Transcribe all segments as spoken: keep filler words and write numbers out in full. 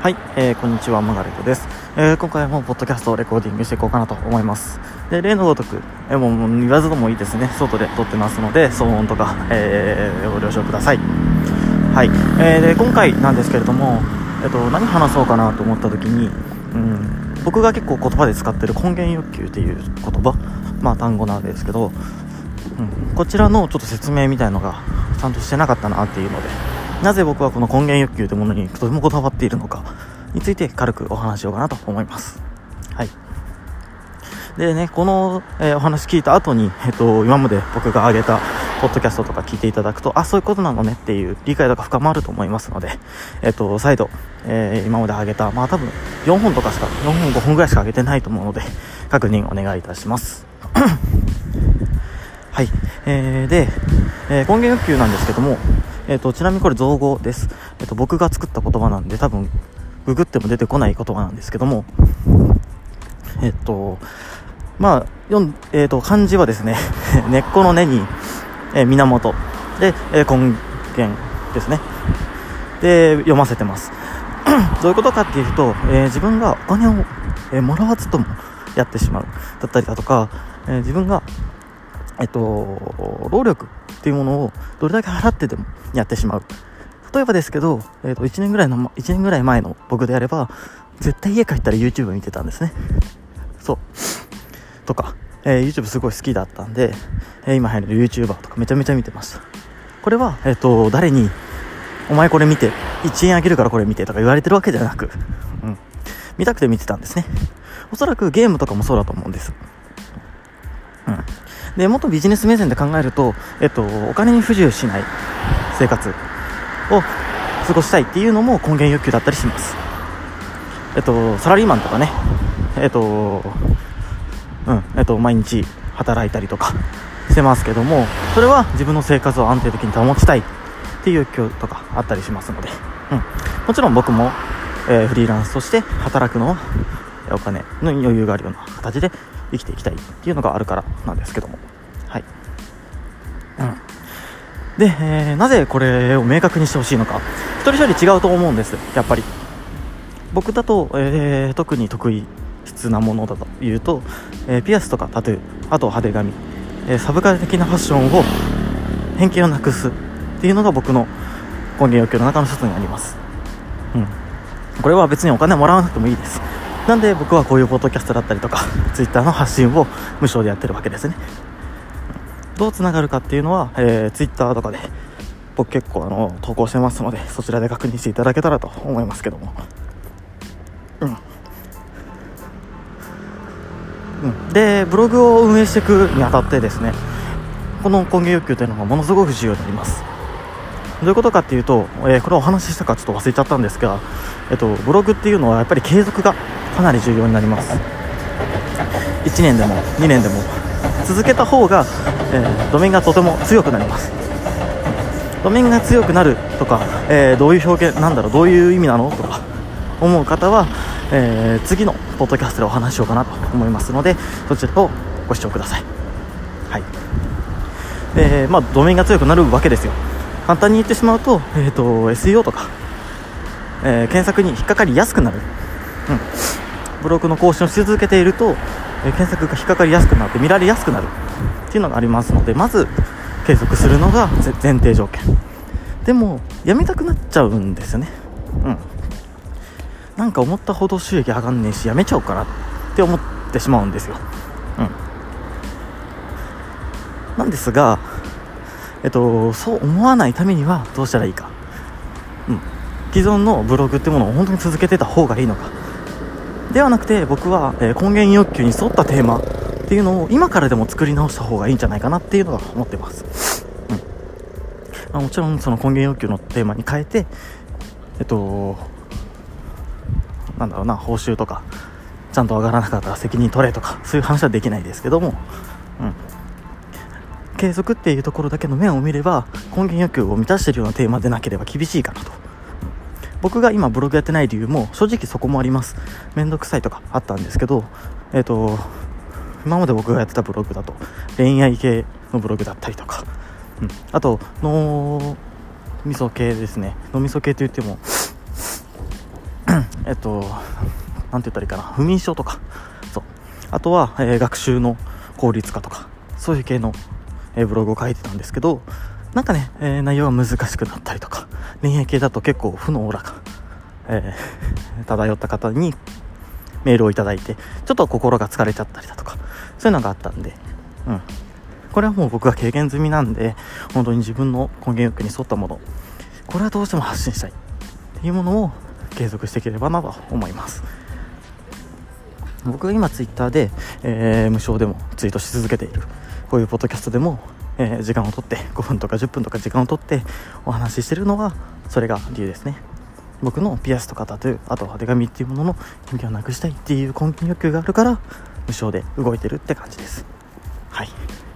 はい、えー、こんにちは、マガレットです。えー、今回もポッドキャストをレコーディングしていこうかなと思います。で、例のごとく、えー、もうもう言わずともいいですね、外で撮ってますので、騒音とか、えー、ご了承ください。はい、えー、で今回なんですけれども、えー、と何話そうかなと思った時に、うん、僕が結構言葉で使ってる根源欲求っていう言葉、まあ単語なんですけど、うん、こちらのちょっと説明みたいのがちゃんとしてなかったなっていうので、なぜ僕はこの根源欲求というものにとてもこだわっているのかについて軽くお話ししようかなと思います。はい。でね、この、えー、お話聞いた後に、えっと、今まで僕が上げたポッドキャストとか聞いていただくと、あ、そういうことなのねっていう理解度が深まると思いますので、えっと、再度、えー、今まで上げた、まあ多分よんほんとかしか、よんほんごほんぐらいしか上げてないと思うので、確認お願いいたします。はい。えー、で、えー、根源欲求なんですけども、えーと、ちなみにこれ造語です。えーと、僕が作った言葉なんで多分ググっても出てこない言葉なんですけども、えっ、ー、とまあ読ん、えーと、漢字はですね根っこの根に、えー、源で、えー、根源ですね。で読ませてます。どういうことかっていうと、えー、自分がお金を、えー、もらわずともやってしまうだったりだとか、えー、自分がえっと労力っていうものをどれだけ払ってでもやってしまう。例えばですけど、えー、といちねんぐらいのいちねんぐらい前の僕であれば絶対家帰ったら YouTube 見てたんですね。そうとか、えー、YouTube すごい好きだったんで、えー、今入る YouTuber とかめちゃめちゃ見てました。これは、えー、と誰にお前これ見ていちえんあげるからこれ見てとか言われてるわけじゃなく、うん、見たくて見てたんですね。おそらくゲームとかもそうだと思うんです。うんで、もっとビジネス目線で考えると、えっと、お金に不自由しない生活を過ごしたいっていうのも根源欲求だったりします。えっと、サラリーマンとかね、えっと、うん、えっと、毎日働いたりとかしてますけども、それは自分の生活を安定的に保ちたいっていう欲求とかあったりしますので、うん、もちろん僕も、えー、フリーランスとして働くのはお金の余裕があるような形で生きていきたいっていうのがあるからなんですけども、はい、うん、で、えー、なぜこれを明確にしてほしいのか、一人一人違うと思うんです。やっぱり僕だと、えー、特に得意質なものだというと、えー、ピアスとかタトゥー、あと派手髪、えー、サブカル的なファッションを偏見をなくすっていうのが僕の根源欲求の中の一つになります。うん、これは別にお金もらわなくてもいいです。なんで僕はこういうポッドキャストだったりとかツイッターの発信を無償でやってるわけですね。どうつながるかっていうのは、えー、ツイッターとかで僕結構あの投稿してますので、そちらで確認していただけたらと思いますけども、うん、うん、でブログを運営していくにあたってですね、この根源欲求というのがものすごく重要になります。どういうことかっていうと、えー、これをお話ししたかちょっと忘れちゃったんですが、えっと、ブログっていうのはやっぱり継続がかなり重要になります。いちねんでもにねんでも続けた方が、えー、ドメインがとても強くなります。ドメインが強くなるとか、えー、どういう表現なんだろう、どういう意味なのとか思う方は、えー、次のポッドキャストでお話ししようかなと思いますので、そちらをご視聴ください。はい。で、まあドメインが強くなるわけですよ。簡単に言ってしまうと、えーと、エスイーオー とか、えー、検索に引っかかりやすくなる、うん、ブログの更新をし続けていると、えー、検索が引っかかりやすくなって見られやすくなるっていうのがありますので、まず継続するのが前提条件。でもやめたくなっちゃうんですよね。うん、なんか思ったほど収益上がんねえしやめちゃおうかなって思ってしまうんですよ。うん、なんですが、えっと、そう思わないためにはどうしたらいいか、うん、既存のブログってものを本当に続けてた方がいいのかではなくて、僕は、えー、根源欲求に沿ったテーマっていうのを今からでも作り直した方がいいんじゃないかなっていうのは思ってます。うん、まあ、もちろんその根源欲求のテーマに変えて、えっとなんだろうな、報酬とかちゃんと上がらなかったら責任取れとかそういう話はできないですけども、うん、継続っていうところだけの面を見れば根源欲求を満たしているようなテーマでなければ厳しいかなと。僕が今ブログやってない理由も正直そこもあります。めんどくさいとかあったんですけど、えっと今まで僕がやってたブログだと恋愛系のブログだったりとか、うん、あと脳みそ系ですね。脳みそ系と言ってもえっとなんて言ったらいいかな、不眠症とか、そうあとは、えー、学習の効率化とか、そういう系の、えー、ブログを書いてたんですけど、なんかね、えー、内容が難しくなったりとか、恋愛系だと結構負のオーラが、えー、漂った方にメールをいただいて、ちょっと心が疲れちゃったりだとか、そういうのがあったんで、うんこれはもう僕が経験済みなんで、本当に自分の根源欲に沿ったもの、これはどうしても発信したいっていうものを継続していければなと思います。僕が今ツイッターで、えー、無償でもツイートし続けている、こういうポッドキャストでも、えー、時間をとってごふんとかじゅっぷんとか時間をとってお話ししているのは、それが理由ですね。僕のピアスとかタトゥー、あとは手紙っていうものの意味をなくしたいっていう根源欲求があるから、無償で動いてるって感じです。はい。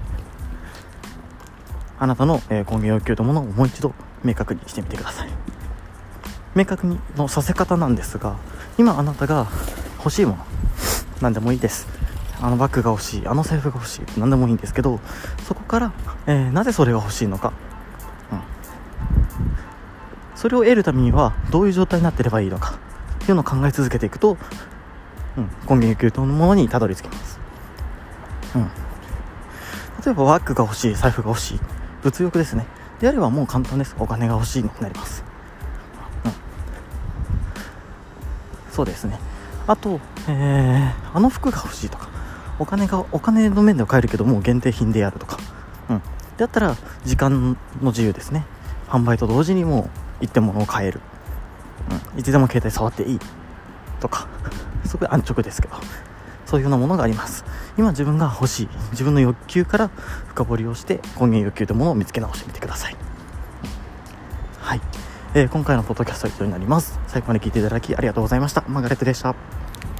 あなたの、えー、根源欲求というものをもう一度明確にしてみてください。明確にのさせ方なんですが、今あなたが欲しいもの、何でもいいです。あのバッグが欲しい、あの財布が欲しい、何でもいいんですけど、そこから、えー、なぜそれが欲しいのか、うん、それを得るためにはどういう状態になっていればいいのかっていうのを考え続けていくと、うん、根源欲求というものにたどり着きます。うん、例えばバッグが欲しい、財布が欲しい、物欲ですね。であればもう簡単です。お金が欲しいになります。うん、そうですね。あと、えー、あの服が欲しいとか、お金がお金の面では買えるけどもう限定品であるとか、うん、だったら時間の自由ですね。販売と同時にもう一点物を買える、うん、いつでも携帯触っていいとか、すごい安直ですけど、そういうようなものがあります。今自分が欲しい、自分の欲求から深掘りをして根源欲求というものを見つけ直してみてください。はい、えー、今回のポッドキャストは以上になります。最後まで聞いていただきありがとうございました。マーガレットでした。